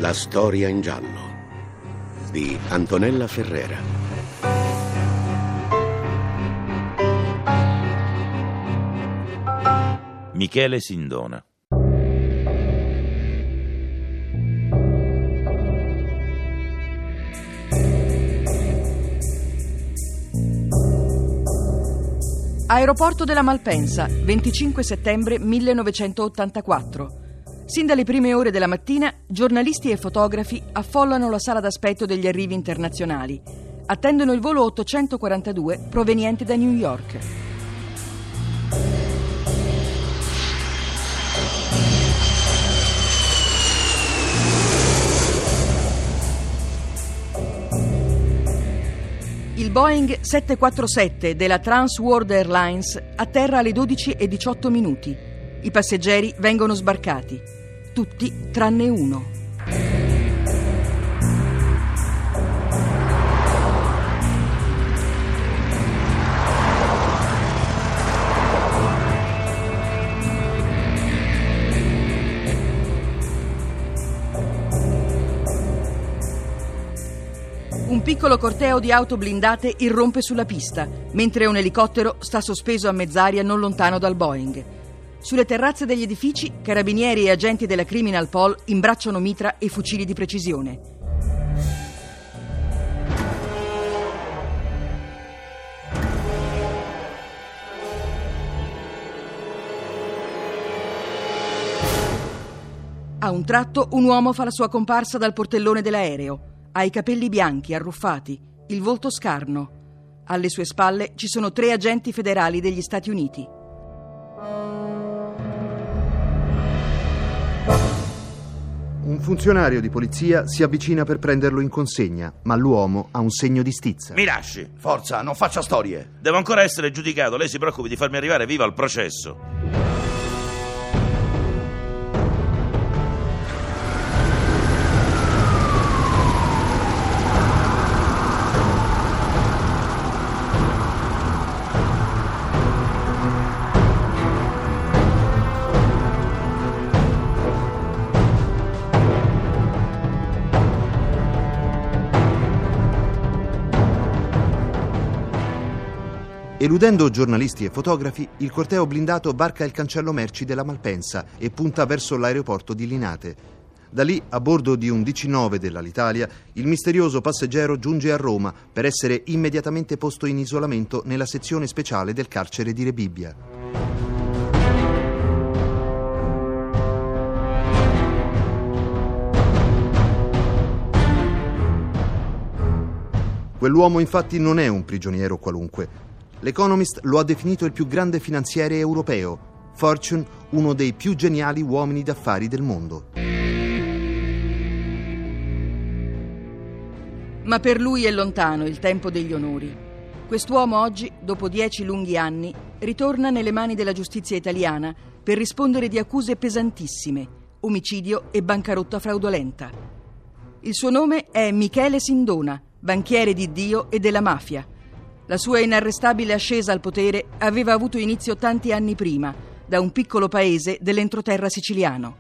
La storia in giallo di Antonella Ferrera. Michele Sindona. Aeroporto della Malpensa, 25 settembre 1984. Sin dalle prime ore della mattina, giornalisti e fotografi affollano la sala d'aspetto degli arrivi internazionali. Attendono il volo 842 proveniente da New York. Il Boeing 747 della Trans World Airlines atterra alle 12:18. I passeggeri vengono sbarcati, tutti tranne uno. Un piccolo corteo di auto blindate irrompe sulla pista, mentre un elicottero sta sospeso a mezz'aria non lontano dal Boeing. Sulle terrazze degli edifici, carabinieri e agenti della Criminal Pol imbracciano mitra e fucili di precisione. A un tratto un uomo fa la sua comparsa dal portellone dell'aereo. Ha i capelli bianchi, arruffati, il volto scarno. Alle sue spalle ci sono 3 agenti federali degli Stati Uniti. Un funzionario di polizia si avvicina per prenderlo in consegna, ma l'uomo ha un segno di stizza. Mi lasci. Forza, non faccia storie. Devo ancora essere giudicato. Lei si preoccupi di farmi arrivare vivo al processo. Eludendo giornalisti e fotografi, il corteo blindato varca il cancello merci della Malpensa e punta verso l'aeroporto di Linate. Da lì, a bordo di un DC-9 dell'Alitalia, il misterioso passeggero giunge a Roma per essere immediatamente posto in isolamento nella sezione speciale del carcere di Rebibbia. Quell'uomo infatti non è un prigioniero qualunque. L'Economist lo ha definito il più grande finanziere europeo, Fortune uno dei più geniali uomini d'affari del mondo. Ma per lui è lontano il tempo degli onori. Quest'uomo oggi, dopo 10 lunghi anni, ritorna nelle mani della giustizia italiana per rispondere di accuse pesantissime, omicidio e bancarotta fraudolenta. Il suo nome è Michele Sindona, banchiere di Dio e della mafia. La sua inarrestabile ascesa al potere aveva avuto inizio tanti anni prima, da un piccolo paese dell'entroterra siciliano.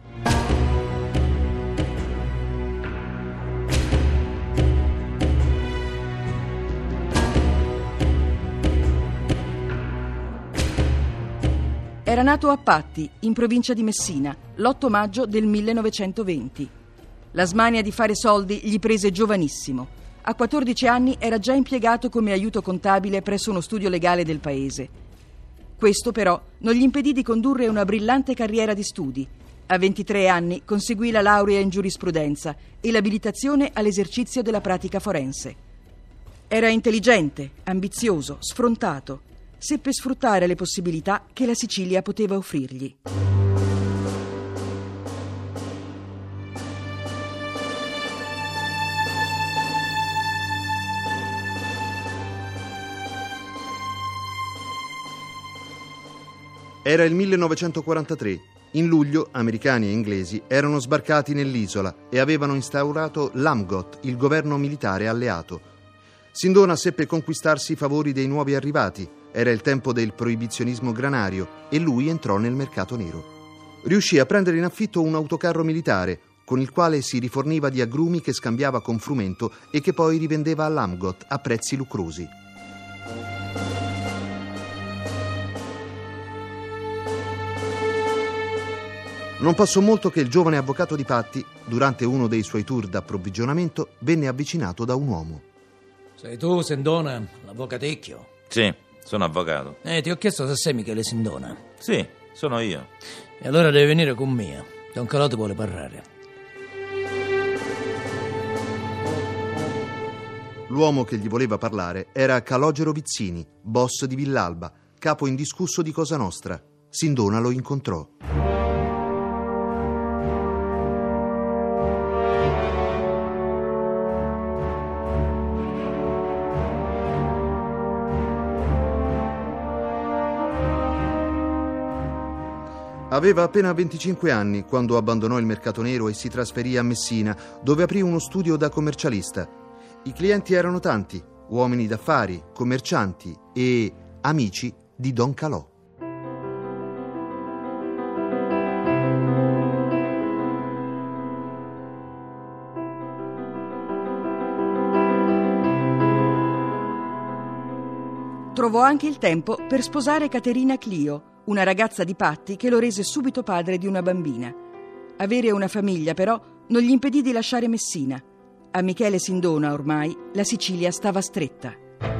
Era nato a Patti, in provincia di Messina, l'8 maggio del 1920. La smania di fare soldi gli prese giovanissimo. A 14 anni era già impiegato come aiuto contabile presso uno studio legale del paese. Questo però non gli impedì di condurre una brillante carriera di studi. A 23 anni conseguì la laurea in giurisprudenza e l'abilitazione all'esercizio della pratica forense. Era intelligente, ambizioso, sfrontato. Seppe sfruttare le possibilità che la Sicilia poteva offrirgli. Era il 1943. In luglio, americani e inglesi erano sbarcati nell'isola e avevano instaurato l'AMGOT, il governo militare alleato. Sindona seppe conquistarsi i favori dei nuovi arrivati. Era il tempo del proibizionismo granario e lui entrò nel mercato nero. Riuscì a prendere in affitto un autocarro militare, con il quale si riforniva di agrumi che scambiava con frumento e che poi rivendeva all'Amgot a prezzi lucrosi. Non passò molto che il giovane avvocato di Patti, durante uno dei suoi tour d'approvvigionamento, venne avvicinato da un uomo. Sei tu, Sindona, l'avvocatecchio? Sì, sono avvocato. Ti ho chiesto se sei Michele Sindona. Sì, sono io. E allora devi venire con me. Don Calò ti vuole parlare. L'uomo che gli voleva parlare era Calogero Vizzini, boss di Villalba, capo indiscusso di Cosa Nostra. Sindona lo incontrò. Aveva appena 25 anni quando abbandonò il mercato nero e si trasferì a Messina, dove aprì uno studio da commercialista. I clienti erano tanti, uomini d'affari, commercianti e amici di Don Calò. Trovò anche il tempo per sposare Caterina Clio, una ragazza di Patti che lo rese subito padre di una bambina. Avere una famiglia, però, non gli impedì di lasciare Messina. A Michele Sindona, ormai, la Sicilia stava stretta.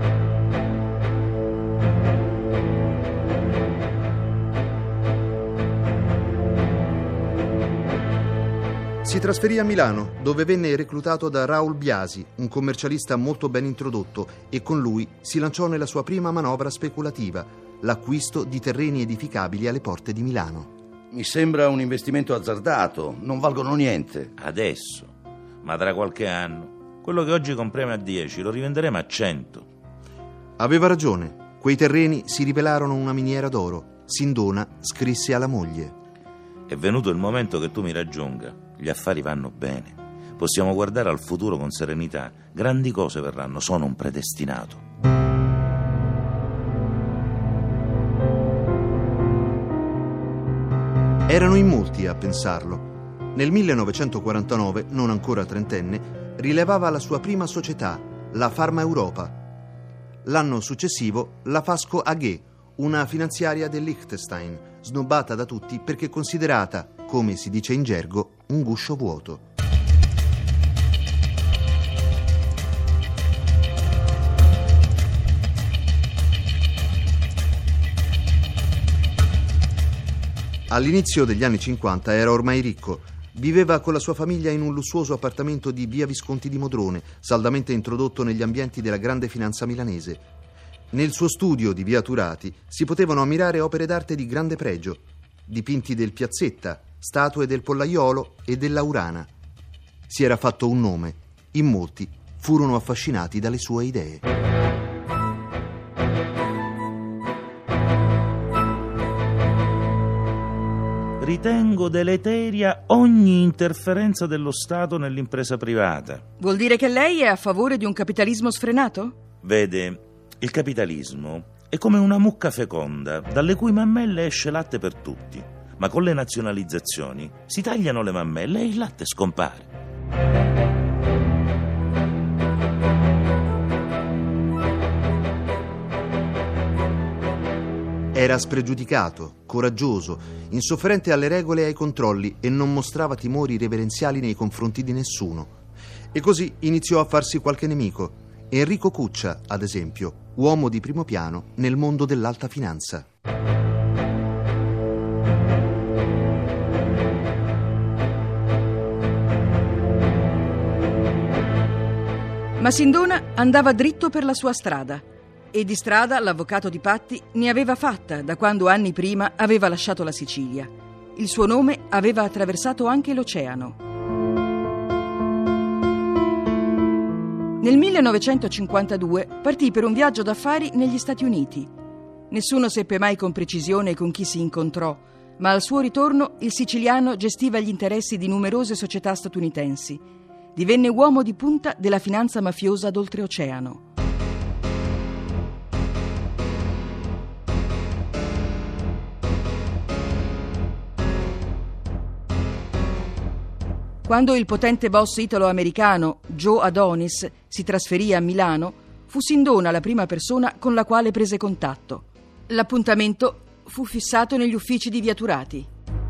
Si trasferì a Milano, dove venne reclutato da Raul Biasi, un commercialista molto ben introdotto, e con lui si lanciò nella sua prima manovra speculativa, l'acquisto di terreni edificabili alle porte di Milano. Mi sembra un investimento azzardato, non valgono niente. Adesso, ma tra qualche anno, quello che oggi compriamo a 10 lo rivenderemo a 100. Aveva ragione, quei terreni si rivelarono una miniera d'oro. Sindona scrisse alla moglie: È venuto il momento che tu mi raggiunga. Gli affari vanno bene. Possiamo guardare al futuro con serenità. Grandi cose verranno, sono un predestinato. Erano in molti a pensarlo. Nel 1949, non ancora trentenne, rilevava la sua prima società, la Pharma Europa. L'anno successivo, la Fasco AG, una finanziaria del Liechtenstein, snobbata da tutti perché considerata, come si dice in gergo, un guscio vuoto. All'inizio degli anni 50 era ormai ricco. Viveva con la sua famiglia in un lussuoso appartamento di via Visconti di Modrone, saldamente introdotto negli ambienti della grande finanza milanese. Nel suo studio di via Turati si potevano ammirare opere d'arte di grande pregio, dipinti del Piazzetta, statue del Pollaiolo e dell'Aurana. Si era fatto un nome. In molti furono affascinati dalle sue idee. Ritengo deleteria ogni interferenza dello Stato nell'impresa privata. Vuol dire che lei è a favore di un capitalismo sfrenato? Vede, il capitalismo è come una mucca feconda, dalle cui mammelle esce latte per tutti. Ma con le nazionalizzazioni si tagliano le mammelle e il latte scompare. Era spregiudicato, coraggioso, insofferente alle regole e ai controlli e non mostrava timori reverenziali nei confronti di nessuno. E così iniziò a farsi qualche nemico. Enrico Cuccia, ad esempio, uomo di primo piano nel mondo dell'alta finanza. Ma Sindona andava dritto per la sua strada. E di strada l'avvocato di Patti ne aveva fatta da quando anni prima aveva lasciato la Sicilia. Il suo nome aveva attraversato anche l'oceano. Nel 1952 partì per un viaggio d'affari negli Stati Uniti. Nessuno seppe mai con precisione con chi si incontrò, ma al suo ritorno il siciliano gestiva gli interessi di numerose società statunitensi. Divenne uomo di punta della finanza mafiosa d'oltreoceano. Quando il potente boss italo-americano Joe Adonis si trasferì a Milano, fu Sindona la prima persona con la quale prese contatto. L'appuntamento fu fissato negli uffici di Via Turati.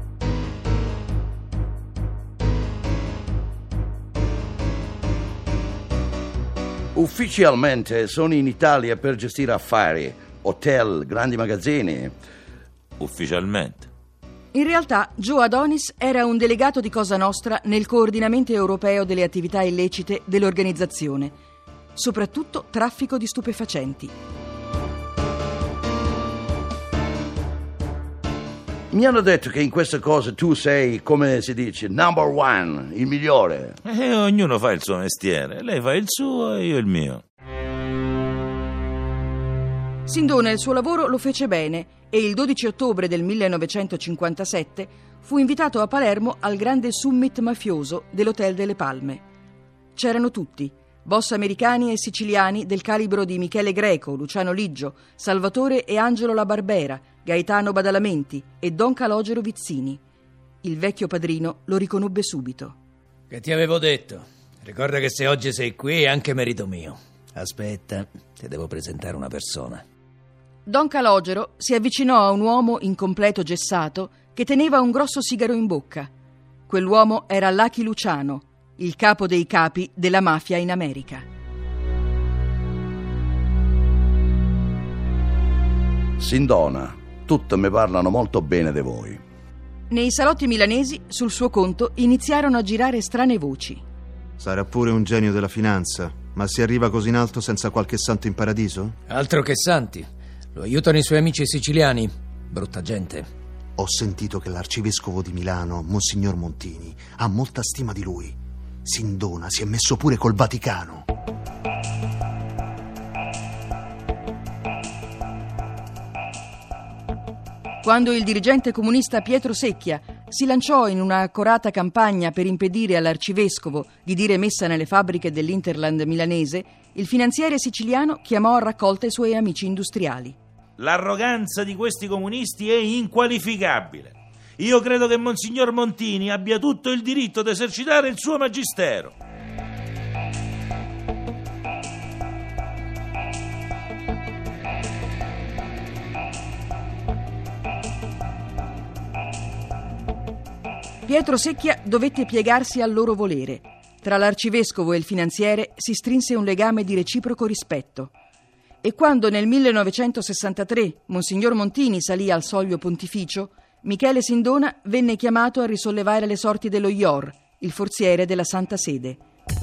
Ufficialmente sono in Italia per gestire affari, hotel, grandi magazzini. Ufficialmente. In realtà Joe Adonis era un delegato di Cosa Nostra nel coordinamento europeo delle attività illecite dell'organizzazione, soprattutto traffico di stupefacenti. Mi hanno detto che in queste cose tu sei, come si dice, number one, il migliore. Ognuno fa il suo mestiere. Lei fa il suo e io il mio. Sindona il suo lavoro lo fece bene e il 12 ottobre del 1957 fu invitato a Palermo al grande summit mafioso dell'Hotel delle Palme. C'erano tutti, boss americani e siciliani del calibro di Michele Greco, Luciano Liggio, Salvatore e Angelo La Barbera, Gaetano Badalamenti e Don Calogero Vizzini. Il vecchio padrino lo riconobbe subito. Che ti avevo detto? Ricorda che se oggi sei qui è anche merito mio. Aspetta, ti devo presentare una persona. Don Calogero si avvicinò a un uomo in completo gessato che teneva un grosso sigaro in bocca. Quell'uomo era Lucky Luciano, il capo dei capi della mafia in America. Sindona, tutte mi parlano molto bene di voi. Nei salotti milanesi, sul suo conto, iniziarono a girare strane voci. Sarà pure un genio della finanza, ma si arriva così in alto senza qualche santo in paradiso? Altro che santi. Lo aiutano i suoi amici siciliani. Brutta gente. Ho sentito che l'arcivescovo di Milano, Monsignor Montini, ha molta stima di lui. Sindona si è messo pure col Vaticano. Quando il dirigente comunista Pietro Secchia si lanciò in una accorata campagna per impedire all'arcivescovo di dire messa nelle fabbriche dell'Interland milanese, il finanziere siciliano chiamò a raccolta i suoi amici industriali. L'arroganza di questi comunisti è inqualificabile. Io credo che Monsignor Montini abbia tutto il diritto di esercitare il suo magistero. Pietro Secchia dovette piegarsi al loro volere. Tra l'arcivescovo e il finanziere si strinse un legame di reciproco rispetto. E quando nel 1963 Monsignor Montini salì al soglio pontificio, Michele Sindona venne chiamato a risollevare le sorti dello IOR, il forziere della Santa Sede.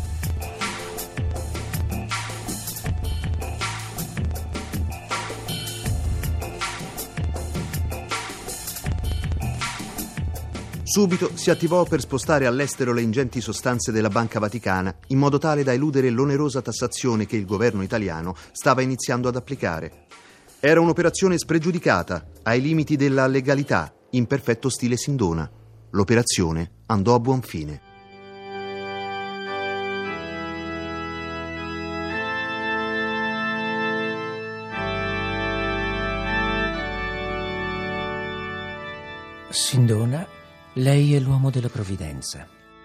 Subito si attivò per spostare all'estero le ingenti sostanze della Banca Vaticana, in modo tale da eludere l'onerosa tassazione che il governo italiano stava iniziando ad applicare. Era un'operazione spregiudicata, ai limiti della legalità, in perfetto stile Sindona. L'operazione andò a buon fine. Sindona, lei è l'uomo della provvidenza.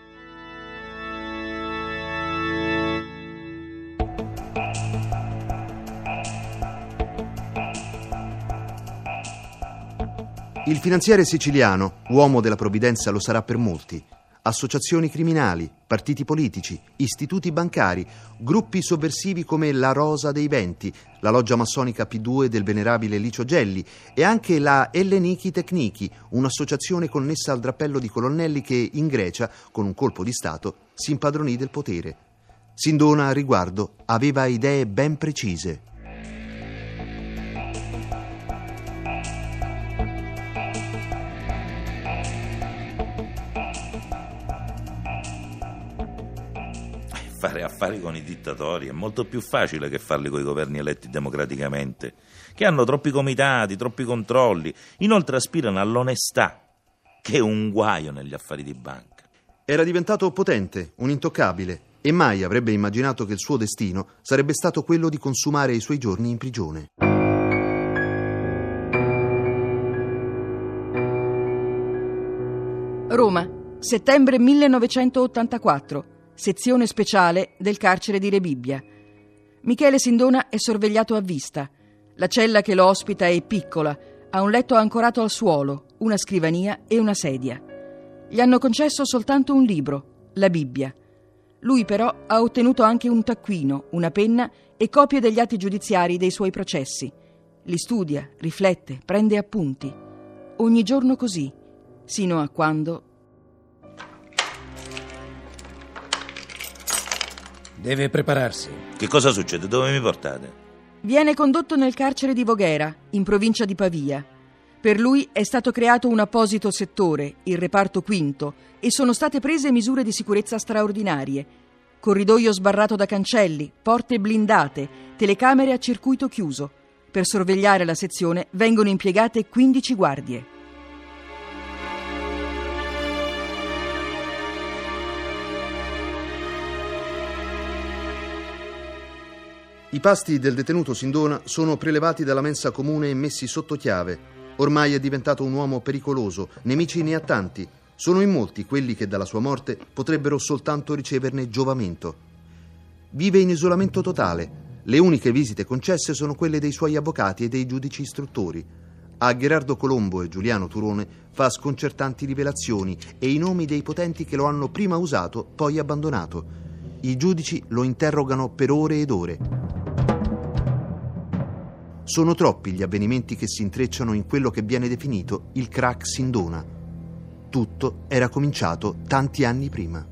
Il finanziere siciliano, uomo della provvidenza, lo sarà per molti. Associazioni criminali, partiti politici, istituti bancari, gruppi sovversivi come la Rosa dei Venti, la loggia massonica P2 del venerabile Licio Gelli e anche la Elleniki Techniki, un'associazione connessa al drappello di colonnelli che in Grecia, con un colpo di Stato, si impadronì del potere. Sindona, a riguardo, aveva idee ben precise. Fare affari con i dittatori è molto più facile che farli con i governi eletti democraticamente, che hanno troppi comitati, troppi controlli, inoltre aspirano all'onestà, che è un guaio negli affari di banca. Era diventato potente, un intoccabile, e mai avrebbe immaginato che il suo destino sarebbe stato quello di consumare i suoi giorni in prigione. Roma, Settembre 1984, sezione speciale del carcere di Rebibbia. Michele Sindona è sorvegliato a vista. La cella che lo ospita è piccola, ha un letto ancorato al suolo, una scrivania e una sedia. Gli hanno concesso soltanto un libro, la Bibbia. Lui però ha ottenuto anche un taccuino, una penna e copie degli atti giudiziari dei suoi processi. Li studia, riflette, prende appunti. Ogni giorno così, sino a quando... Deve prepararsi. Che cosa succede? Dove mi portate? Viene condotto nel carcere di Voghera, in provincia di Pavia. Per lui è stato creato un apposito settore, il reparto quinto, e sono state prese misure di sicurezza straordinarie. Corridoio sbarrato da cancelli, porte blindate, telecamere a circuito chiuso. Per sorvegliare la sezione vengono impiegate 15 guardie. I pasti del detenuto Sindona sono prelevati dalla mensa comune e messi sotto chiave. Ormai è diventato un uomo pericoloso, nemici ne ha tanti. Sono in molti quelli che dalla sua morte potrebbero soltanto riceverne giovamento. Vive in isolamento totale. Le uniche visite concesse sono quelle dei suoi avvocati e dei giudici istruttori. A Gherardo Colombo e Giuliano Turone fa sconcertanti rivelazioni e i nomi dei potenti che lo hanno prima usato, poi abbandonato. I giudici lo interrogano per ore ed ore. Sono troppi gli avvenimenti che si intrecciano in quello che viene definito il crack Sindona. Tutto era cominciato tanti anni prima.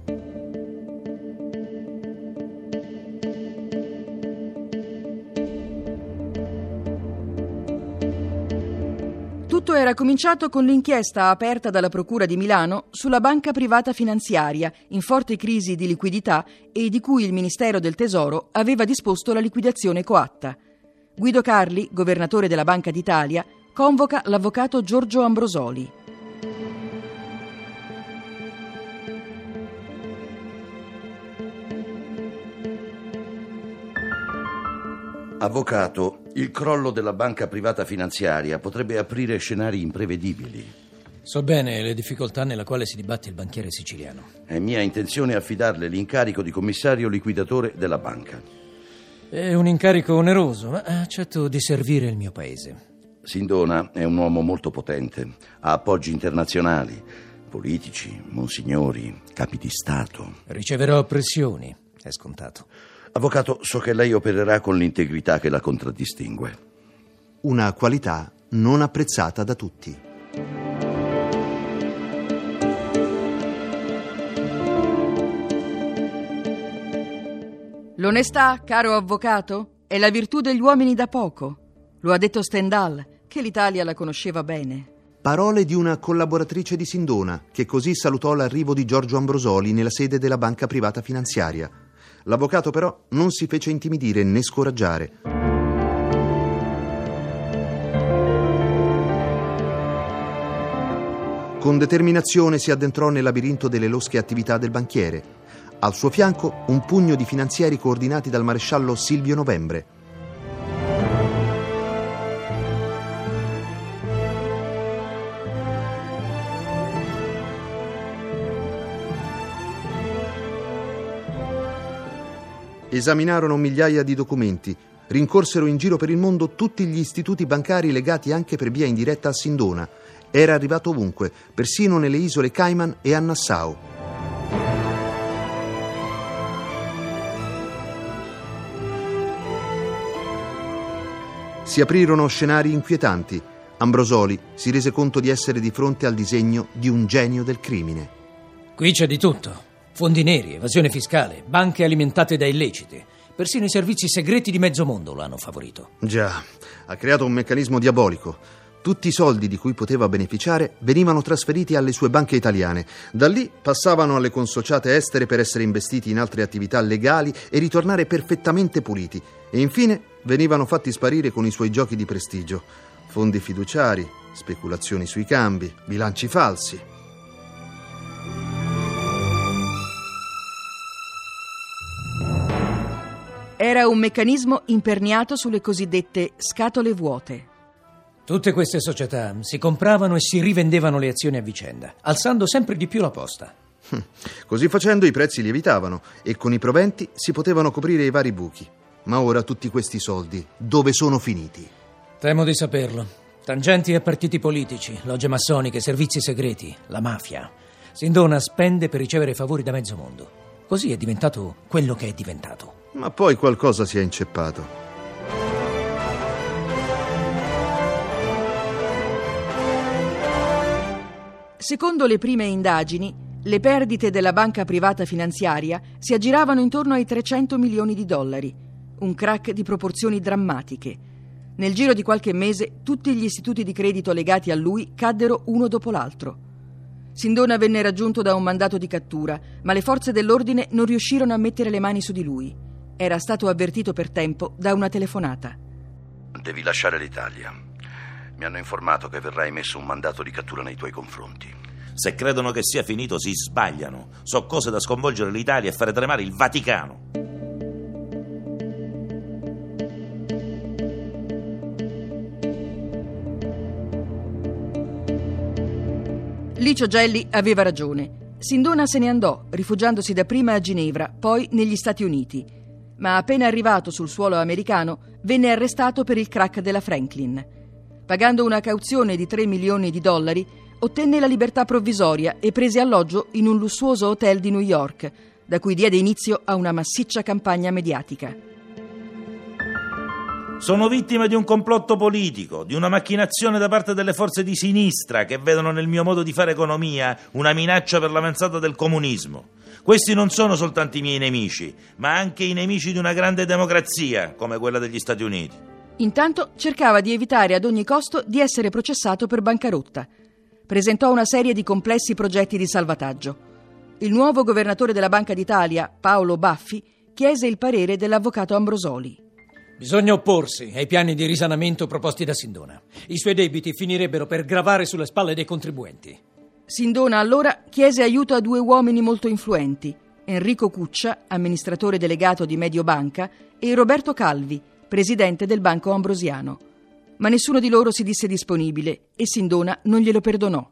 Tutto era cominciato con l'inchiesta aperta dalla Procura di Milano sulla banca privata finanziaria, in forte crisi di liquidità e di cui il Ministero del Tesoro aveva disposto la liquidazione coatta. Guido Carli, governatore della Banca d'Italia, convoca l'avvocato Giorgio Ambrosoli. Avvocato, il crollo della banca privata finanziaria potrebbe aprire scenari imprevedibili. So bene le difficoltà nella quale si dibatte il banchiere siciliano. È mia intenzione affidarle l'incarico di commissario liquidatore della banca. È un incarico oneroso, ma accetto di servire il mio paese. Sindona è un uomo molto potente, ha appoggi internazionali, politici, monsignori, capi di Stato. Riceverò pressioni, è scontato. Avvocato, so che lei opererà con l'integrità che la contraddistingue. Una qualità non apprezzata da tutti. L'onestà, caro avvocato, è la virtù degli uomini da poco. Lo ha detto Stendhal, che l'Italia la conosceva bene. Parole di una collaboratrice di Sindona, che così salutò l'arrivo di Giorgio Ambrosoli nella sede della banca privata finanziaria. L'avvocato però non si fece intimidire né scoraggiare. Con determinazione si addentrò nel labirinto delle losche attività del banchiere. Al suo fianco un pugno di finanzieri coordinati dal maresciallo Silvio Novembre. Esaminarono migliaia di documenti, rincorsero in giro per il mondo tutti gli istituti bancari legati anche per via indiretta a Sindona. Era arrivato ovunque, persino nelle isole Cayman e a Nassau. Si aprirono scenari inquietanti. Ambrosoli si rese conto di essere di fronte al disegno di un genio del crimine. Qui c'è di tutto. Fondi neri, evasione fiscale, banche alimentate da illeciti. Persino i servizi segreti di mezzo mondo lo hanno favorito. Già, ha creato un meccanismo diabolico. Tutti i soldi di cui poteva beneficiare venivano trasferiti alle sue banche italiane. Da lì passavano alle consociate estere per essere investiti in altre attività legali e ritornare perfettamente puliti. E infine venivano fatti sparire con i suoi giochi di prestigio. Fondi fiduciari, speculazioni sui cambi, bilanci falsi. Era un meccanismo imperniato sulle cosiddette scatole vuote. Tutte queste società si compravano e si rivendevano le azioni a vicenda, alzando sempre di più la posta. Così facendo i prezzi lievitavano e con i proventi si potevano coprire i vari buchi. Ma ora tutti questi soldi dove sono finiti? Temo di saperlo. Tangenti a partiti politici, logge massoniche, servizi segreti, la mafia. Sindona spende per ricevere favori da mezzo mondo. Così è diventato quello che è diventato. Ma poi qualcosa si è inceppato. Secondo le prime indagini, le perdite della banca privata finanziaria si aggiravano intorno ai 300 milioni di dollari, un crack di proporzioni drammatiche. Nel giro di qualche mese tutti gli istituti di credito legati a lui caddero uno dopo l'altro. Sindona venne raggiunto da un mandato di cattura, ma le forze dell'ordine non riuscirono a mettere le mani su di lui. Era stato avvertito per tempo da una telefonata. Devi lasciare l'Italia. Mi hanno informato che verrà emesso un mandato di cattura nei tuoi confronti. Se credono che sia finito si sbagliano. So cose da sconvolgere l'Italia e fare tremare il Vaticano. Licio Gelli aveva ragione. Sindona se ne andò, rifugiandosi dapprima a Ginevra, poi negli Stati Uniti. Ma appena arrivato sul suolo americano, venne arrestato per il crack della Franklin. Pagando una cauzione di 3 milioni di dollari, ottenne la libertà provvisoria e prese alloggio in un lussuoso hotel di New York, da cui diede inizio a una massiccia campagna mediatica. Sono vittima di un complotto politico, di una macchinazione da parte delle forze di sinistra che vedono nel mio modo di fare economia una minaccia per l'avanzata del comunismo. Questi non sono soltanto i miei nemici, ma anche i nemici di una grande democrazia come quella degli Stati Uniti. Intanto cercava di evitare ad ogni costo di essere processato per bancarotta. Presentò una serie di complessi progetti di salvataggio. Il nuovo governatore della Banca d'Italia, Paolo Baffi, chiese il parere dell'avvocato Ambrosoli. Bisogna opporsi ai piani di risanamento proposti da Sindona. I suoi debiti finirebbero per gravare sulle spalle dei contribuenti. Sindona allora chiese aiuto a due uomini molto influenti, Enrico Cuccia, amministratore delegato di Mediobanca, e Roberto Calvi, presidente del Banco Ambrosiano. Ma nessuno di loro si disse disponibile e Sindona non glielo perdonò.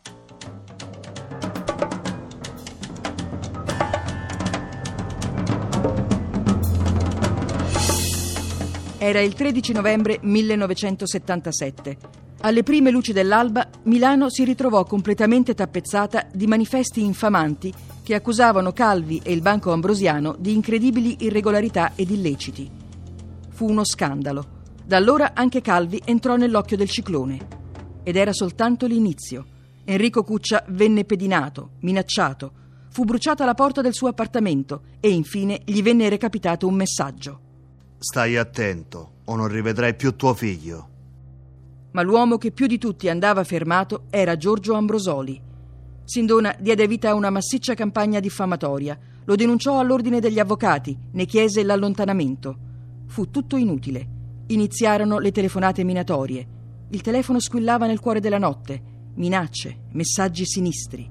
Era il 13 novembre 1977. Alle prime luci dell'alba, Milano si ritrovò completamente tappezzata di manifesti infamanti che accusavano Calvi e il Banco Ambrosiano di incredibili irregolarità ed illeciti. Fu uno scandalo. Da allora anche Calvi entrò nell'occhio del ciclone. Ed era soltanto l'inizio. Enrico Cuccia venne pedinato, minacciato. Fu bruciata la porta del suo appartamento e infine gli venne recapitato un messaggio. Stai attento o non rivedrai più tuo figlio. Ma l'uomo che più di tutti andava fermato era Giorgio Ambrosoli. Sindona diede vita a una massiccia campagna diffamatoria, lo denunciò all'ordine degli avvocati, ne chiese l'allontanamento. Fu tutto inutile. Iniziarono le telefonate minatorie. Il telefono squillava nel cuore della notte. Minacce, messaggi sinistri.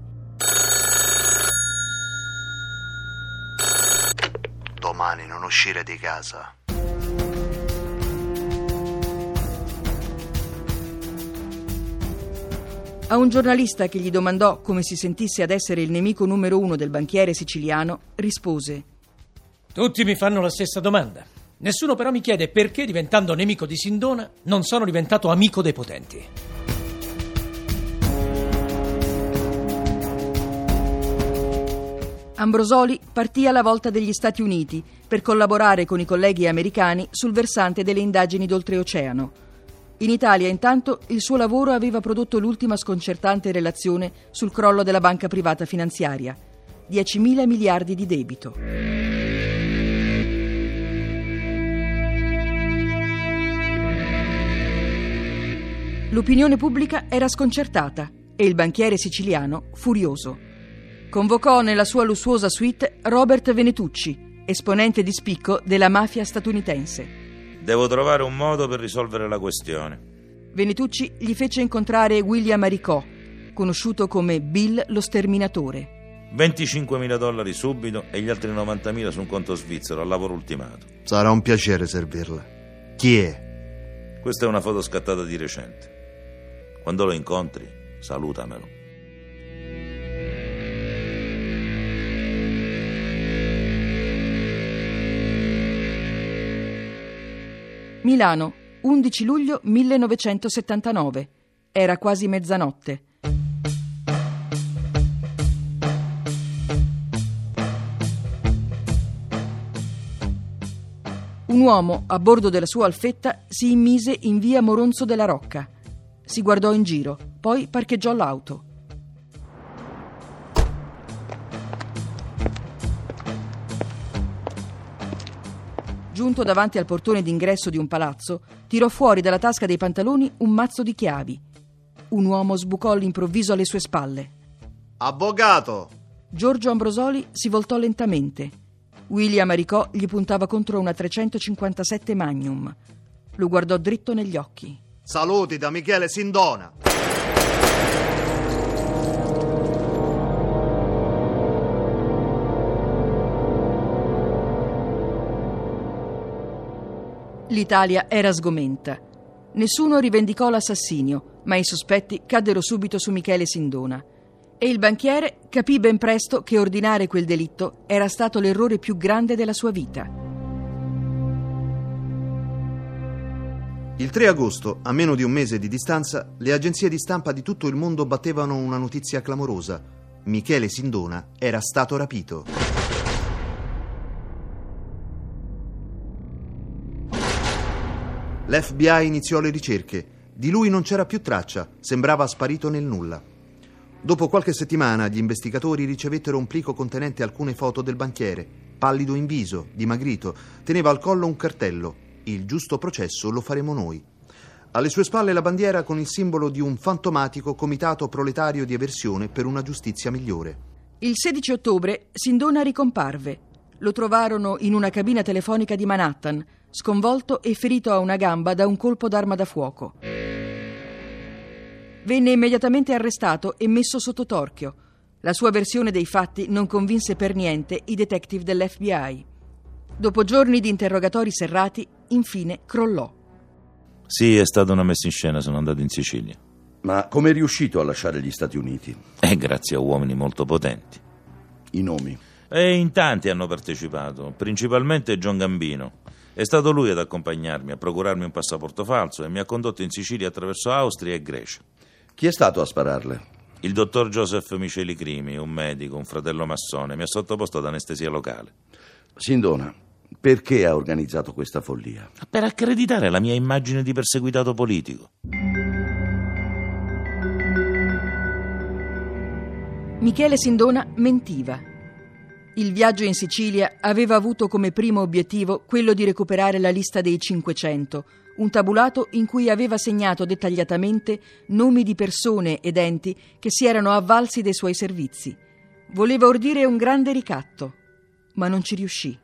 Domani non uscire di casa. A un giornalista che gli domandò come si sentisse ad essere il nemico numero 1 del banchiere siciliano, rispose: Tutti mi fanno la stessa domanda. Nessuno però mi chiede perché, diventando nemico di Sindona, non sono diventato amico dei potenti. Ambrosoli partì alla volta degli Stati Uniti per collaborare con i colleghi americani sul versante delle indagini d'oltreoceano. In Italia, intanto, il suo lavoro aveva prodotto l'ultima sconcertante relazione sul crollo della banca privata finanziaria. 10.000 miliardi di debito. L'opinione pubblica era sconcertata e il banchiere siciliano furioso. Convocò nella sua lussuosa suite Robert Venetucci, esponente di spicco della mafia statunitense. Devo trovare un modo per risolvere la questione. Venetucci gli fece incontrare William Aricò, conosciuto come Bill lo Sterminatore. $25.000 subito e gli altri 90.000 su un conto svizzero al lavoro ultimato. Sarà un piacere servirla. Chi è? Questa è una foto scattata di recente. Quando lo incontri, salutamelo. Milano, 11 luglio 1979. Era quasi mezzanotte. Un uomo, a bordo della sua Alfetta, si immise in via Moronzo della Rocca. Si guardò in giro, poi parcheggiò l'auto. Giunto davanti al portone d'ingresso di un palazzo, tirò fuori dalla tasca dei pantaloni un mazzo di chiavi. Un uomo sbucò all'improvviso alle sue spalle. Avvocato! Giorgio Ambrosoli si voltò lentamente. William Aricò gli puntava contro una 357 Magnum. Lo guardò dritto negli occhi. Saluti da Michele Sindona. L'Italia era sgomenta. Nessuno rivendicò l'assassinio, ma i sospetti caddero subito su Michele Sindona. E il banchiere capì ben presto che ordinare quel delitto era stato l'errore più grande della sua vita. Il 3 agosto, a meno di un mese di distanza, le agenzie di stampa di tutto il mondo battevano una notizia clamorosa. Michele Sindona era stato rapito. L'FBI iniziò le ricerche. Di lui non c'era più traccia, sembrava sparito nel nulla. Dopo qualche settimana gli investigatori ricevettero un plico contenente alcune foto del banchiere. Pallido in viso, dimagrito, teneva al collo un cartello: il giusto processo lo faremo noi. Alle sue spalle la bandiera con il simbolo di un fantomatico comitato proletario di eversione per una giustizia migliore. Il 16 ottobre Sindona ricomparve. Lo trovarono in una cabina telefonica di Manhattan, sconvolto e ferito a una gamba da un colpo d'arma da fuoco. Venne immediatamente arrestato e messo sotto torchio. La sua versione dei fatti non convinse per niente i detective dell'FBI. Dopo giorni di interrogatori serrati, infine crollò. Sì, è stata una messa in scena, sono andato in Sicilia. Ma come è riuscito a lasciare gli Stati Uniti? Grazie a uomini molto potenti. I nomi? E in tanti hanno partecipato, principalmente John Gambino. È stato lui ad accompagnarmi, a procurarmi un passaporto falso e mi ha condotto in Sicilia attraverso Austria e Grecia. Chi è stato a spararle? Il dottor Joseph Miceli Crimi, un medico, un fratello massone, mi ha sottoposto ad anestesia locale. Sindona, perché ha organizzato questa follia? Per accreditare la mia immagine di perseguitato politico. Michele Sindona mentiva. Il viaggio in Sicilia aveva avuto come primo obiettivo quello di recuperare la lista dei 500, un tabulato in cui aveva segnato dettagliatamente nomi di persone ed enti che si erano avvalsi dei suoi servizi. Voleva ordire un grande ricatto, ma non ci riuscì.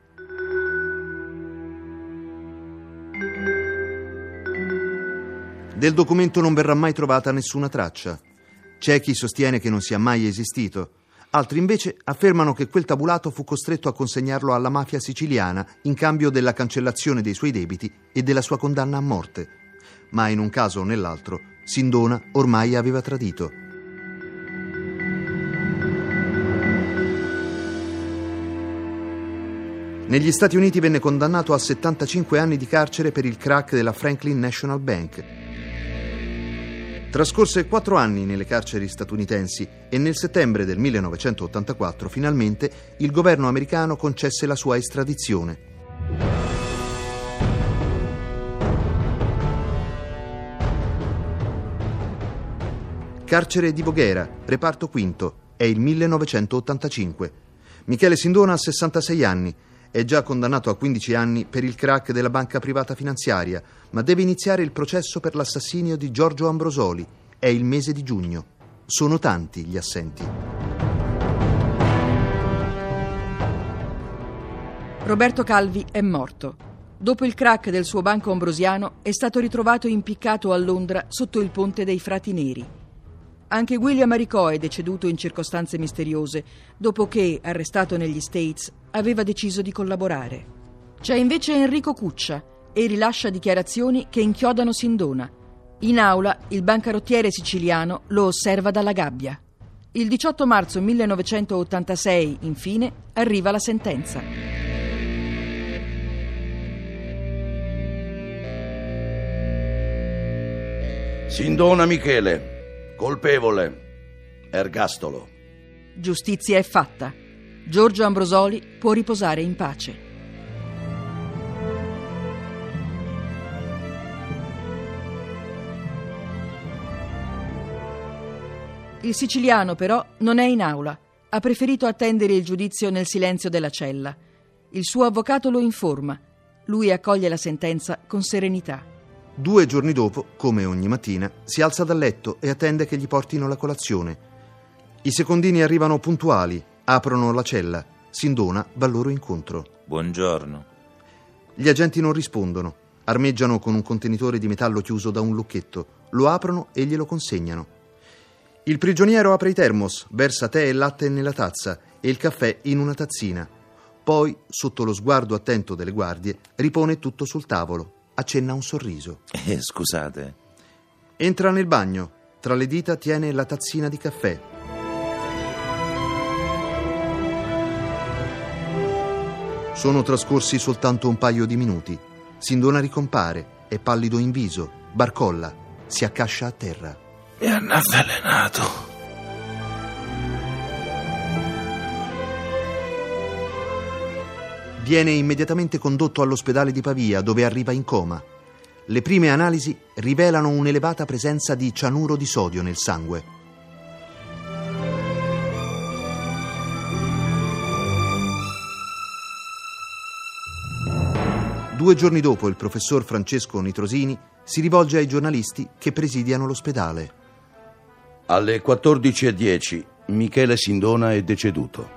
Del documento non verrà mai trovata nessuna traccia. C'è chi sostiene che non sia mai esistito. Altri invece affermano che quel tabulato fu costretto a consegnarlo alla mafia siciliana in cambio della cancellazione dei suoi debiti e della sua condanna a morte. Ma in un caso o nell'altro, Sindona ormai aveva tradito. Negli Stati Uniti venne condannato a 75 anni di carcere per il crack della Franklin National Bank. Trascorse 4 anni nelle carceri statunitensi e nel settembre del 1984 finalmente il governo americano concesse la sua estradizione. Carcere di Voghera, reparto quinto, è il 1985. Michele Sindona ha 66 anni. È già condannato a 15 anni per il crack della banca privata finanziaria, ma deve iniziare il processo per l'assassinio di Giorgio Ambrosoli. È il mese di giugno. Sono tanti gli assenti. Roberto Calvi è morto. Dopo il crack del suo banco ambrosiano è stato ritrovato impiccato a Londra sotto il ponte dei Frati Neri. Anche William Aricò è deceduto in circostanze misteriose, dopo che, arrestato negli States, aveva deciso di collaborare. C'è invece Enrico Cuccia e rilascia dichiarazioni che inchiodano Sindona. In aula il bancarottiere siciliano lo osserva dalla gabbia. Il 18 marzo 1986, infine, arriva la sentenza. Sindona Michele, colpevole, ergastolo. Giustizia è fatta. Giorgio Ambrosoli può riposare in pace. Il siciliano, però, non è in aula. Ha preferito attendere il giudizio nel silenzio della cella. Il suo avvocato lo informa. Lui accoglie la sentenza con serenità. 2 giorni dopo, come ogni mattina, si alza dal letto e attende che gli portino la colazione. I secondini arrivano puntuali, aprono la cella. Sindona va loro incontro. Buongiorno. Gli agenti non rispondono. Armeggiano con un contenitore di metallo chiuso da un lucchetto. Lo aprono e glielo consegnano. Il prigioniero apre i termos, versa tè e latte nella tazza e il caffè in una tazzina. Poi, sotto lo sguardo attento delle guardie, ripone tutto sul tavolo. Accenna un sorriso. Scusate. Entra nel bagno. Tra le dita tiene la tazzina di caffè. Sono trascorsi soltanto un paio di minuti. Sindona ricompare, è pallido in viso, barcolla, si accascia a terra. Mi hanno avvelenato. Viene immediatamente condotto all'ospedale di Pavia, dove arriva in coma. Le prime analisi rivelano un'elevata presenza di cianuro di sodio nel sangue. Due giorni dopo, il professor Francesco Nitrosini si rivolge ai giornalisti che presidiano l'ospedale. Alle 14:10 Michele Sindona è deceduto.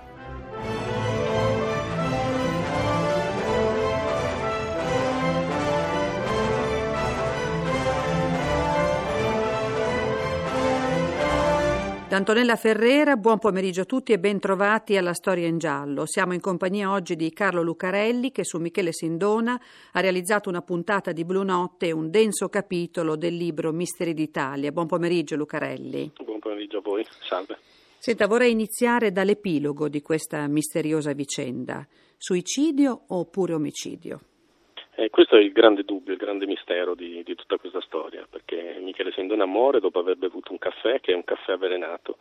Da Antonella Ferrera, buon pomeriggio a tutti e ben trovati alla Storia in Giallo. Siamo in compagnia oggi di Carlo Lucarelli che su Michele Sindona ha realizzato una puntata di Blu Notte e un denso capitolo del libro Misteri d'Italia. Buon pomeriggio Lucarelli. Buon pomeriggio a voi, salve. Senta, vorrei iniziare dall'epilogo di questa misteriosa vicenda. Suicidio oppure omicidio? Questo è il grande dubbio, il grande mistero di tutta questa storia, perché Michele Sindona muore dopo aver bevuto un caffè che è un caffè avvelenato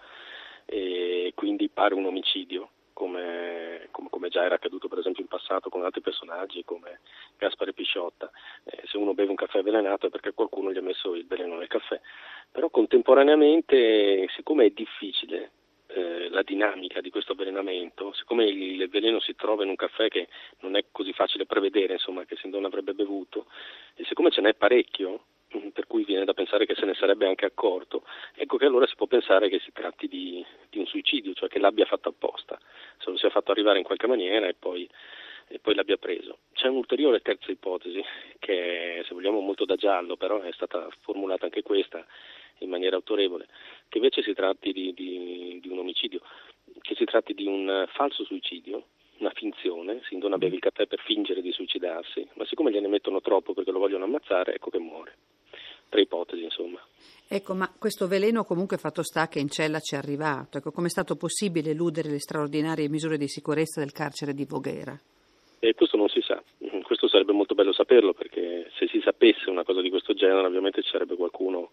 e quindi pare un omicidio, come già era accaduto per esempio in passato con altri personaggi come Gaspare Pisciotta. Se uno beve un caffè avvelenato è perché qualcuno gli ha messo il veleno nel caffè, però contemporaneamente, siccome è difficile la dinamica di questo avvelenamento, siccome il veleno si trova in un caffè che non è così facile prevedere, insomma, che Sindona avrebbe bevuto, e siccome ce n'è parecchio, per cui viene da pensare che se ne sarebbe anche accorto, ecco che allora si può pensare che si tratti di un suicidio, cioè che l'abbia fatto apposta, se lo sia fatto arrivare in qualche maniera e poi l'abbia preso. C'è un'ulteriore terza ipotesi che è, se vogliamo, molto da giallo, però è stata formulata anche questa in maniera autorevole, che invece si tratti di un omicidio, che si tratti di un falso suicidio, una finzione. Sindona beve il caffè per fingere di suicidarsi, ma siccome gliene mettono troppo perché lo vogliono ammazzare, ecco che muore. 3 ipotesi, insomma. Ecco, ma questo veleno comunque fatto sta che in cella ci è arrivato. Ecco, com'è stato possibile eludere le straordinarie misure di sicurezza del carcere di Voghera? Questo non si sa, questo sarebbe molto bello saperlo, perché se si sapesse una cosa di questo genere ovviamente ci sarebbe qualcuno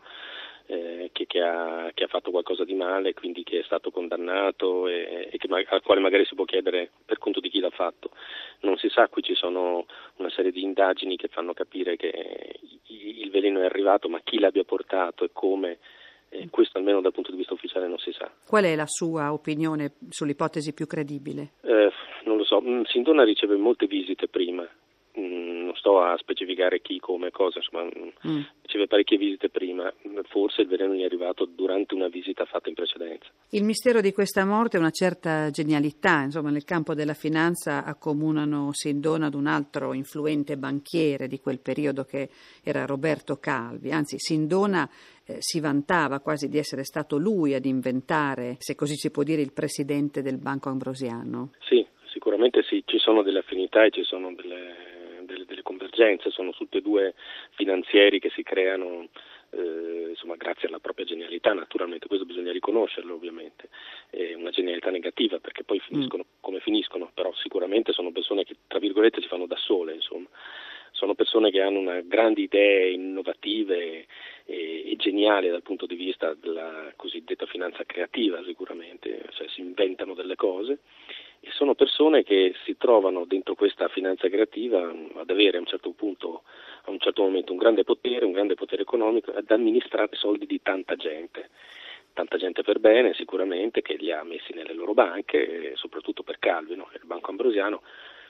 che ha fatto qualcosa di male, quindi che è stato condannato e al quale magari si può chiedere per conto di chi l'ha fatto. Non si sa, qui ci sono una serie di indagini che fanno capire che il veleno è arrivato, ma chi l'abbia portato e come, questo almeno dal punto di vista ufficiale non si sa. Qual è la sua opinione sull'ipotesi più credibile? Non lo so, Sindona riceve molte visite prima. Non sto a specificare chi, come, cosa, insomma, riceve parecchie visite prima, forse il veleno gli è arrivato durante una visita fatta in precedenza. Il mistero di questa morte è una certa genialità, insomma, nel campo della finanza accomunano Sindona ad un altro influente banchiere di quel periodo che era Roberto Calvi, anzi Sindona si vantava quasi di essere stato lui ad inventare, se così si può dire, il presidente del Banco Ambrosiano. Sì, sicuramente sì, ci sono delle affinità e ci sono delle convergenze, sono tutti e due finanzieri che si creano insomma grazie alla propria genialità, naturalmente questo bisogna riconoscerlo, ovviamente è una genialità negativa perché poi finiscono come finiscono, però sicuramente sono persone che tra virgolette si fanno da sole, insomma Sono persone che hanno grandi idee innovative e geniali dal punto di vista della cosiddetta finanza creativa, sicuramente, cioè si inventano delle cose, e sono persone che si trovano dentro questa finanza creativa ad avere a un certo momento un grande potere economico, ad amministrare soldi di tanta gente per bene sicuramente, che li ha messi nelle loro banche, soprattutto per Calvi, no? Il Banco Ambrosiano,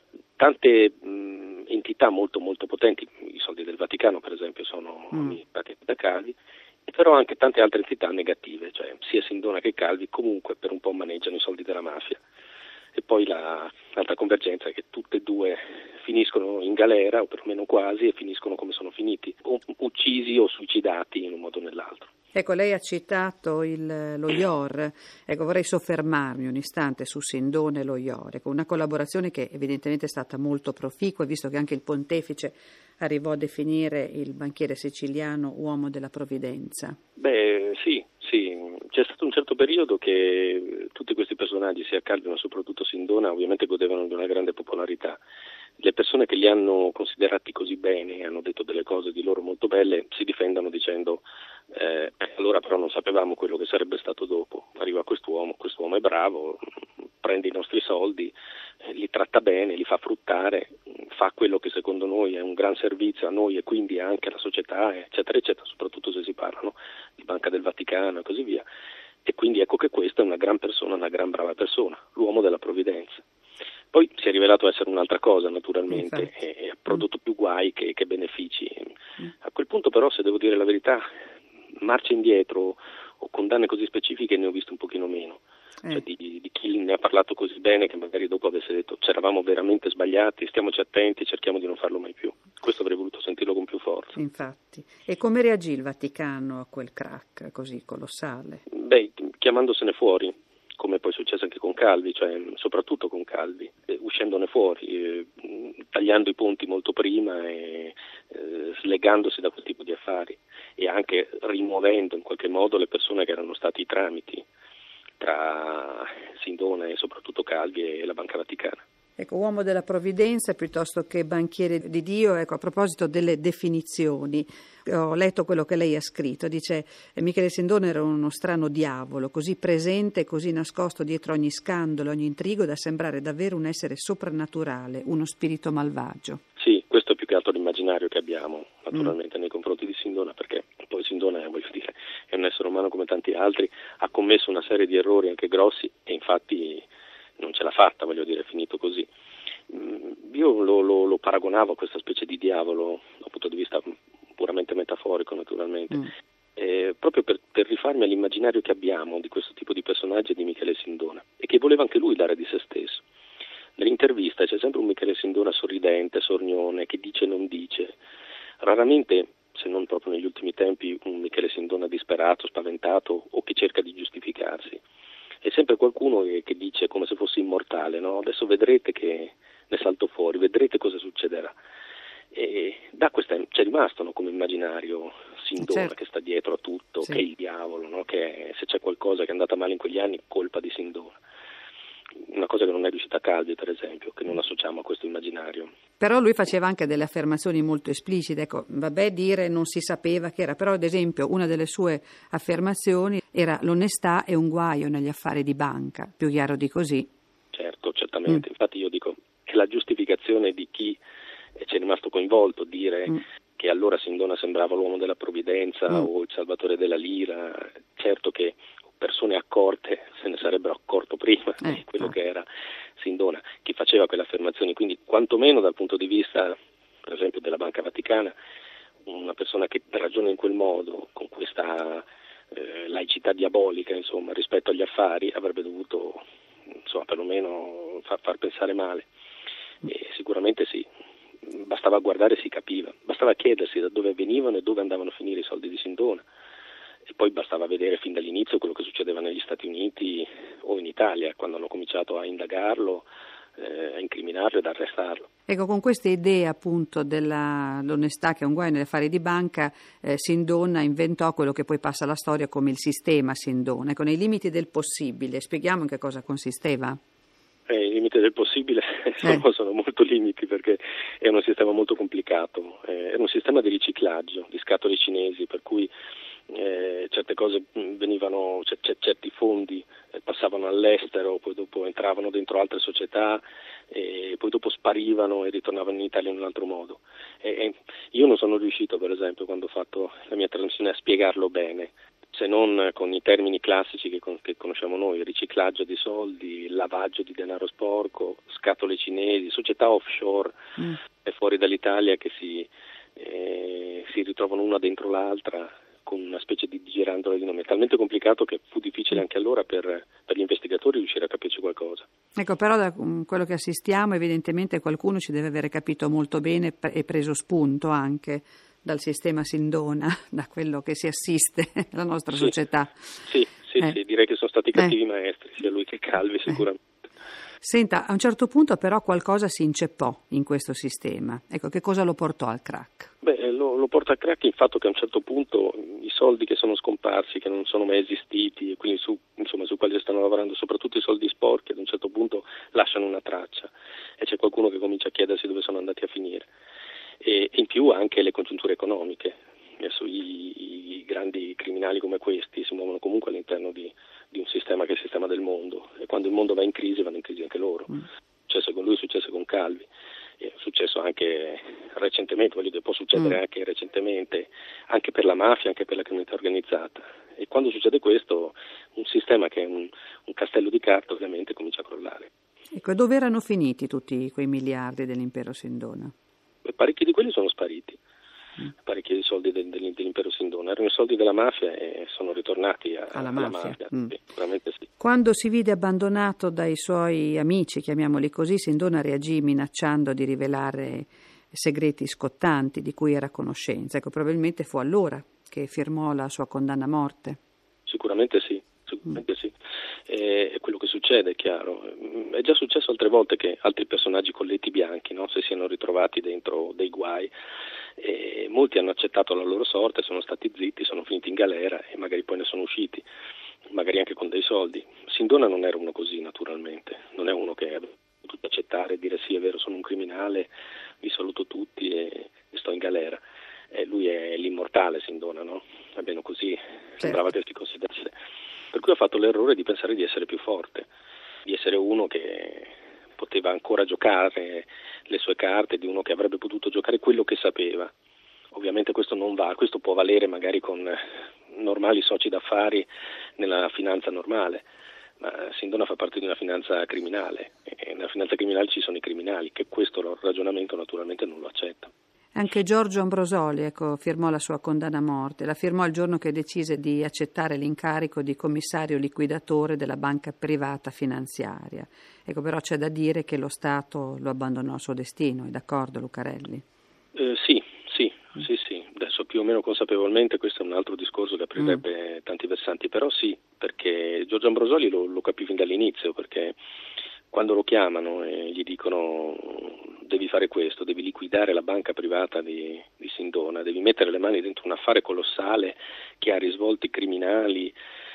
tante entità molto molto potenti, i soldi del Vaticano per esempio sono amministrati da Calvi, però anche tante altre entità negative, cioè sia Sindona che Calvi comunque per un po' maneggiano i soldi della mafia. E poi l'altra convergenza è che tutte e due finiscono in galera, o perlomeno quasi, e finiscono come sono finiti, o uccisi o suicidati in un modo o nell'altro. Ecco, lei ha citato lo IOR, ecco, vorrei soffermarmi un istante su Sindona e lo IOR, ecco, una collaborazione che evidentemente è stata molto proficua, visto che anche il pontefice arrivò a definire il banchiere siciliano uomo della provvidenza. Beh, sì, c'è stato un certo periodo che tutti questi personaggi, sia Calvi ma soprattutto Sindona, ovviamente godevano di una grande popolarità. Le persone che li hanno considerati così bene e hanno detto delle cose di loro molto belle si difendono dicendo allora però non sapevamo quello che sarebbe stato dopo. Arriva quest'uomo è bravo, prende i nostri soldi, li tratta bene, li fa fruttare, fa quello che secondo noi è un gran servizio a noi e quindi anche alla società, eccetera, eccetera, soprattutto se si parlano di Banca del Vaticano e così via. E quindi ecco che questa è una gran persona, una gran brava persona, l'uomo della provvidenza. Poi si è rivelato essere un'altra cosa naturalmente e ha prodotto più guai che benefici. A quel punto però, se devo dire la verità, marce indietro o condanne così specifiche ne ho visto un pochino meno. Cioè di chi ne ha parlato così bene che magari dopo avesse detto c'eravamo veramente sbagliati, stiamoci attenti, cerchiamo di non farlo mai più. Questo avrei voluto sentirlo con più forza. Infatti. E come reagì il Vaticano a quel crack così colossale? Beh, chiamandosene fuori, come poi è successo anche con Calvi, cioè soprattutto con Calvi, uscendone fuori, tagliando i ponti molto prima e slegandosi da quel tipo di affari e anche rimuovendo in qualche modo le persone che erano stati i tramiti tra Sindona e soprattutto Calvi e la Banca Vaticana. Ecco, uomo della provvidenza piuttosto che banchiere di Dio. Ecco, a proposito delle definizioni, ho letto quello che lei ha scritto, dice Michele Sindona era uno strano diavolo, così presente e così nascosto dietro ogni scandalo, ogni intrigo, da sembrare davvero un essere soprannaturale, uno spirito malvagio. Sì, questo è più che altro l'immaginario che abbiamo naturalmente nei confronti di Sindona, perché poi Sindona è un essere umano come tanti altri, ha commesso una serie di errori anche grossi e infatti non ce l'ha fatta, è finito così. Io lo paragonavo a questa specie di diavolo dal punto di vista puramente metaforico naturalmente, proprio per rifarmi all'immaginario che abbiamo di questo tipo di personaggi di Michele Sindona e che voleva anche lui dare di se stesso. Nell'intervista c'è sempre un Michele Sindona sorridente, sornione, che dice e non dice, raramente, se non proprio negli ultimi tempi, un Michele Sindona disperato, spaventato o che cerca di giustificarsi. È sempre qualcuno che dice come se fosse immortale, no? Adesso vedrete che ne salto fuori, vedrete cosa succederà. E c'è rimasto, no, come immaginario Sindona, certo, che sta dietro a tutto, sì, che è il diavolo, no? Che se c'è qualcosa che è andata male in quegli anni, colpa di Sindona. Una cosa che non è riuscita a Calvi, per esempio, che non associamo a questo immaginario. Però lui faceva anche delle affermazioni molto esplicite, ecco, vabbè dire non si sapeva che era, però ad esempio una delle sue affermazioni era l'onestà è un guaio negli affari di banca, più chiaro di così. Certo, certamente, infatti io dico, è la giustificazione di chi ci è rimasto coinvolto, dire che allora Sindona sembrava l'uomo della provvidenza o il salvatore della lira, certo che persone accorte se ne sarebbero accorto prima di quello che era Sindona, chi faceva quelle affermazioni, quindi quantomeno dal punto di vista per esempio della Banca Vaticana, una persona che ragiona in quel modo, con questa laicità diabolica insomma rispetto agli affari, avrebbe dovuto insomma perlomeno far pensare male, e sicuramente sì, bastava guardare e si capiva, bastava chiedersi da dove venivano e dove andavano a finire i soldi di Sindona. E poi bastava vedere fin dall'inizio quello che succedeva negli Stati Uniti o in Italia, quando hanno cominciato a indagarlo, a incriminarlo ed arrestarlo. Ecco, con queste idee appunto dell'onestà che è un guaio negli affari di banca, Sindona inventò quello che poi passa alla storia come il sistema Sindona. Ecco, nei limiti del possibile, spieghiamo in che cosa consisteva? I limiti del possibile sono molto limiti, perché è un sistema molto complicato, è un sistema di riciclaggio di scatole cinesi, per cui certe cose venivano, certi fondi passavano all'estero, poi dopo entravano dentro altre società e poi dopo sparivano e ritornavano in Italia in un altro modo. Io non sono riuscito, per esempio, quando ho fatto la mia trasmissione, a spiegarlo bene, se non con i termini classici che conosciamo noi: riciclaggio di soldi, lavaggio di denaro sporco, scatole cinesi, società offshore fuori dall'Italia che si ritrovano una dentro l'altra con una specie di girandola di nome. È talmente complicato che fu difficile anche allora per gli investigatori riuscire a capirci qualcosa. Ecco, però da quello che assistiamo, evidentemente qualcuno ci deve avere capito molto bene e preso spunto anche dal sistema Sindona, da quello che si assiste nella nostra società. Sì, direi che sono stati cattivi maestri, sia lui che Calvi sicuramente. Senta, a un certo punto però qualcosa si inceppò in questo sistema. Ecco, che cosa lo portò al crack? Lo porta al crack il fatto che a un certo punto i soldi che sono scomparsi, che non sono mai esistiti, e quindi su quali stanno lavorando, soprattutto i soldi sporchi, ad un certo punto lasciano una traccia e c'è qualcuno che comincia a chiedersi dove sono andati a finire. E in più anche le congiunture economiche. Adesso i grandi criminali come questi si muovono comunque all'interno di un sistema che è il sistema del mondo, e quando il mondo va in crisi vanno in crisi anche loro. È successo con lui, è successo con Calvi, è successo anche recentemente, può succedere anche recentemente, anche per la mafia, anche per la criminalità organizzata. E quando succede questo, un sistema che è un castello di carta ovviamente comincia a crollare. Ecco, dove erano finiti tutti quei miliardi dell'impero Sindona? Parecchi di quelli sono spariti. Parecchi dei soldi dell'impero Sindona erano i soldi della mafia e sono ritornati alla mafia. Sì, sicuramente sì. Quando si vide abbandonato dai suoi amici, chiamiamoli così, Sindona reagì minacciando di rivelare segreti scottanti di cui era a conoscenza. Ecco, probabilmente fu allora che firmò la sua condanna a morte. Sicuramente sì. È quello che succede, è chiaro. È già successo altre volte che altri personaggi colletti bianchi, no, si siano ritrovati dentro dei guai, e molti hanno accettato la loro sorte, sono stati zitti, sono finiti in galera e magari poi ne sono usciti, magari anche con dei soldi. Sindona non era uno così, naturalmente, non è uno che ha potuto accettare e dire sì, è vero, sono un criminale, vi saluto tutti e sto in galera. Lui è l'immortale Sindona, no? Almeno così sembrava che si considerasse. Per cui ha fatto l'errore di pensare di essere più forte, di essere uno che poteva ancora giocare le sue carte, di uno che avrebbe potuto giocare quello che sapeva. Ovviamente questo non va, questo può valere magari con normali soci d'affari nella finanza normale, ma Sindona fa parte di una finanza criminale e nella finanza criminale ci sono i criminali, che questo ragionamento naturalmente non lo accetta. Anche Giorgio Ambrosoli, firmò la sua condanna a morte. La firmò il giorno che decise di accettare l'incarico di commissario liquidatore della banca privata finanziaria. Però c'è da dire che lo Stato lo abbandonò al suo destino, è d'accordo Lucarelli? Sì. Adesso più o meno consapevolmente questo è un altro discorso che aprirebbe tanti versanti, però sì, perché Giorgio Ambrosoli lo capì fin dall'inizio, perché quando lo chiamano e gli dicono devi fare questo, devi liquidare la banca privata di Sindona, devi mettere le mani dentro un affare colossale che ha risvolti criminali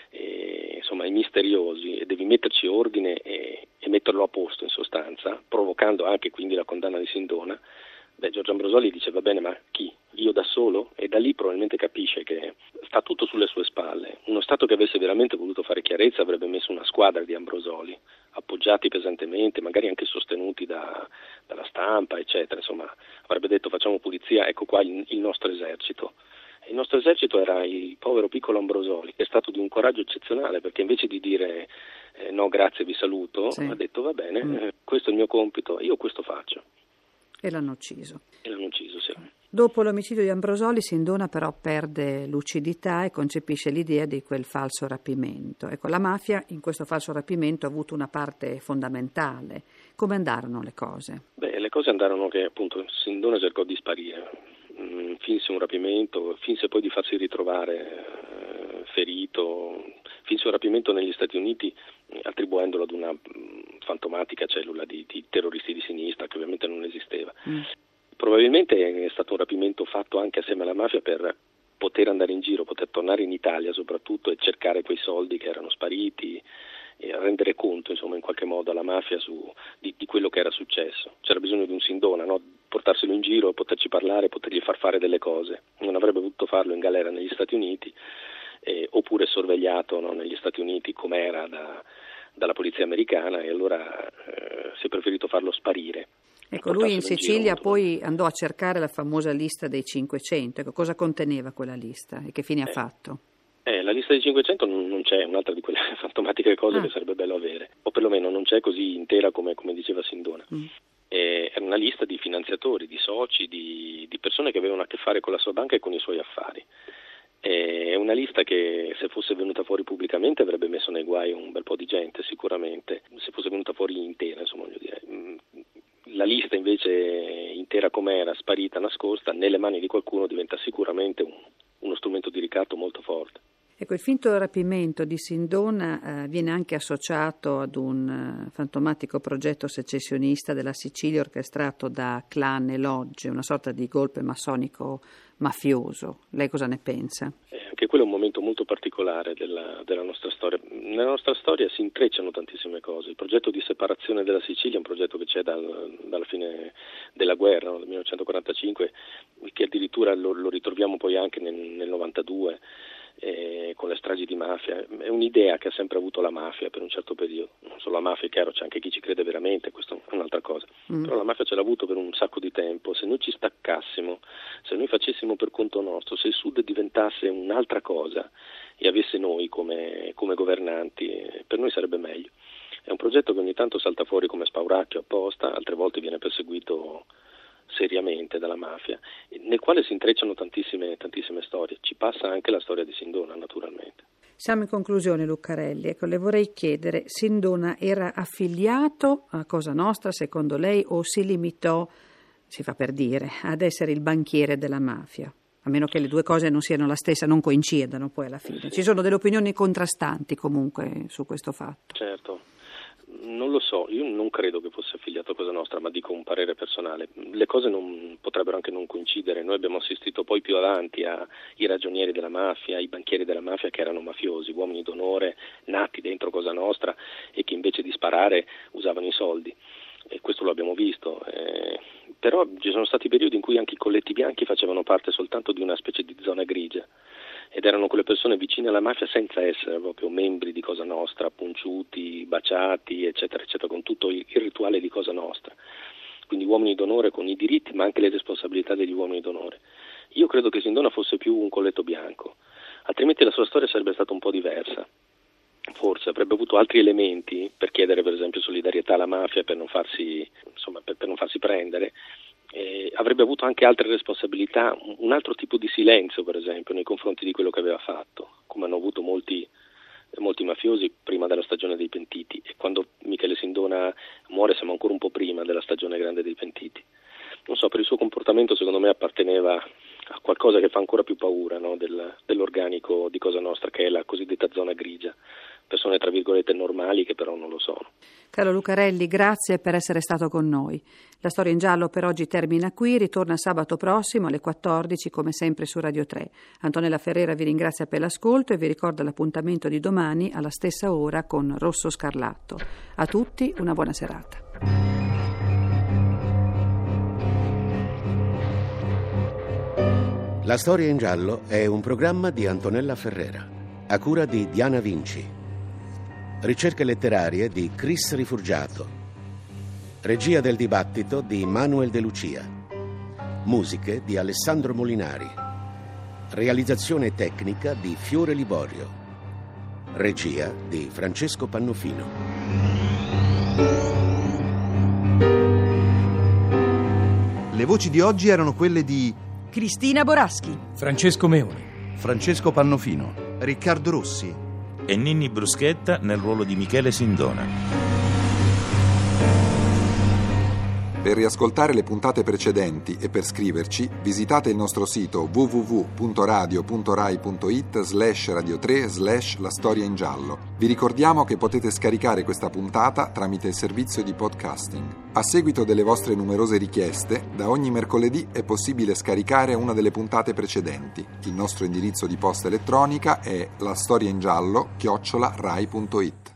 e misteriosi, e devi metterci ordine e metterlo a posto in sostanza, provocando anche quindi la condanna di Sindona. Giorgio Ambrosoli dice va bene, ma chi? Io da solo? E da lì probabilmente capisce che sta tutto sulle sue spalle. Uno Stato che avesse veramente voluto fare chiarezza avrebbe messo una squadra di Ambrosoli, appoggiati pesantemente, magari anche sostenuti dalla stampa, eccetera. Avrebbe detto facciamo pulizia, ecco qua il nostro esercito. E il nostro esercito era il povero piccolo Ambrosoli, che è stato di un coraggio eccezionale, perché invece di dire no grazie vi saluto, ha detto va bene, questo è il mio compito, io questo faccio. E l'hanno ucciso. Sì. Dopo l'omicidio di Ambrosoli, Sindona però perde lucidità e concepisce l'idea di quel falso rapimento. La mafia in questo falso rapimento ha avuto una parte fondamentale. Come andarono le cose? Le cose andarono che appunto Sindona cercò di sparire, finse un rapimento, finse poi di farsi ritrovare ferito, finse un rapimento negli Stati Uniti attribuendolo ad una fantomatica cellula di terroristi di sinistra che ovviamente non esisteva. Probabilmente è stato un rapimento fatto anche assieme alla mafia per poter andare in giro, poter tornare in Italia soprattutto e cercare quei soldi che erano spariti rendere conto, insomma, in qualche modo alla mafia di quello che era successo. C'era bisogno di un Sindona, no? Portarselo in giro, poterci parlare, potergli far fare delle cose. Non avrebbe potuto farlo in galera negli Stati Uniti, oppure sorvegliato, no, negli Stati Uniti com'era dalla polizia americana, e allora si è preferito farlo sparire. Ecco, lui in Sicilia poi andò a cercare la famosa lista dei 500. Ecco, cosa conteneva quella lista e che fine ha fatto? La lista dei 500 non c'è, un'altra di quelle fantomatiche cose che sarebbe bello avere, o perlomeno non c'è così intera come diceva Sindona. Era una lista di finanziatori, di soci, di persone che avevano a che fare con la sua banca e con i suoi affari. È una lista che, se fosse venuta fuori pubblicamente, avrebbe messo nei guai un bel po' di gente, sicuramente, se fosse venuta fuori intera, insomma, voglio dire. La lista invece intera com'era, sparita, nascosta, nelle mani di qualcuno diventa sicuramente uno strumento di ricatto molto forte. Ecco, il finto rapimento di Sindona viene anche associato ad un fantomatico progetto secessionista della Sicilia orchestrato da clan e logge, una sorta di golpe massonico mafioso. Lei cosa ne pensa? Anche quello è un momento molto particolare della nostra storia. Nella nostra storia si intrecciano tantissime cose. Il progetto di separazione della Sicilia è un progetto che c'è dalla fine della guerra, no? Del 1945, che addirittura lo ritroviamo poi anche nel 92. Con le stragi di mafia. È un'idea che ha sempre avuto la mafia per un certo periodo. Non solo la mafia, è chiaro, c'è anche chi ci crede veramente, questo è un'altra cosa. Però la mafia ce l'ha avuto per un sacco di tempo. Se noi ci staccassimo, se noi facessimo per conto nostro, se il Sud diventasse un'altra cosa e avesse noi come governanti, per noi sarebbe meglio. È un progetto che ogni tanto salta fuori come spauracchio apposta, altre volte viene perseguito seriamente dalla mafia, nel quale si intrecciano tantissime storie. Ci passa anche la storia di Sindona, naturalmente. Siamo in conclusione, Lucarelli. Ecco, le vorrei chiedere, Sindona era affiliato a Cosa Nostra, secondo lei, o si limitò, si fa per dire, ad essere il banchiere della mafia? A meno che le due cose non siano la stessa, non coincidano poi alla fine. Ci sono delle opinioni contrastanti comunque su questo fatto. Certo. Non lo so, io non credo che fosse affiliato a Cosa Nostra, ma dico un parere personale. Le cose potrebbero anche non coincidere. Noi abbiamo assistito poi più avanti ai ragionieri della mafia, ai banchieri della mafia che erano mafiosi, uomini d'onore nati dentro Cosa Nostra e che invece di sparare usavano i soldi. E questo lo abbiamo visto. Però ci sono stati periodi in cui anche i colletti bianchi facevano parte soltanto di una specie di zona grigia. Ed erano quelle persone vicine alla mafia senza essere proprio membri di Cosa Nostra, punciuti, baciati, eccetera, eccetera, con tutto il rituale di Cosa Nostra. Quindi uomini d'onore con i diritti ma anche le responsabilità degli uomini d'onore. Io credo che Sindona fosse più un colletto bianco, altrimenti la sua storia sarebbe stata un po' diversa. Forse avrebbe avuto altri elementi per chiedere per esempio solidarietà alla mafia per non farsi prendere. Avrebbe avuto anche altre responsabilità, un altro tipo di silenzio per esempio nei confronti di quello che aveva fatto, come hanno avuto molti mafiosi prima della stagione dei pentiti, e quando Michele Sindona muore siamo ancora un po' prima della stagione grande dei pentiti. Non so, per il suo comportamento secondo me apparteneva a qualcosa che fa ancora più paura, no? dell'organico di Cosa Nostra, che è la cosiddetta zona grigia, persone tra virgolette normali che però non lo sono. Caro Lucarelli, grazie per essere stato con noi. La Storia in Giallo per oggi termina qui, ritorna sabato prossimo alle 14 come sempre su Radio 3. Antonella Ferrera vi ringrazia per l'ascolto e vi ricorda l'appuntamento di domani alla stessa ora con Rosso Scarlatto. A tutti una buona serata. La Storia in Giallo è un programma di Antonella Ferrera, a cura di Diana Vinci. Ricerche letterarie di Chris Rifurgiato. Regia del dibattito di Manuel De Lucia. Musiche di Alessandro Molinari. Realizzazione tecnica di Fiore Liborio. Regia di Francesco Pannofino. Le voci di oggi erano quelle di Cristina Boraschi, Francesco Meoni, Francesco Pannofino, Riccardo Rossi e Ninni Bruschetta nel ruolo di Michele Sindona. Per riascoltare le puntate precedenti e per scriverci, visitate il nostro sito www.radio.rai.it/radio3/La Storia in Giallo. Vi ricordiamo che potete scaricare questa puntata tramite il servizio di podcasting. A seguito delle vostre numerose richieste, da ogni mercoledì è possibile scaricare una delle puntate precedenti. Il nostro indirizzo di posta elettronica è lastoriaingiallo@rai.it.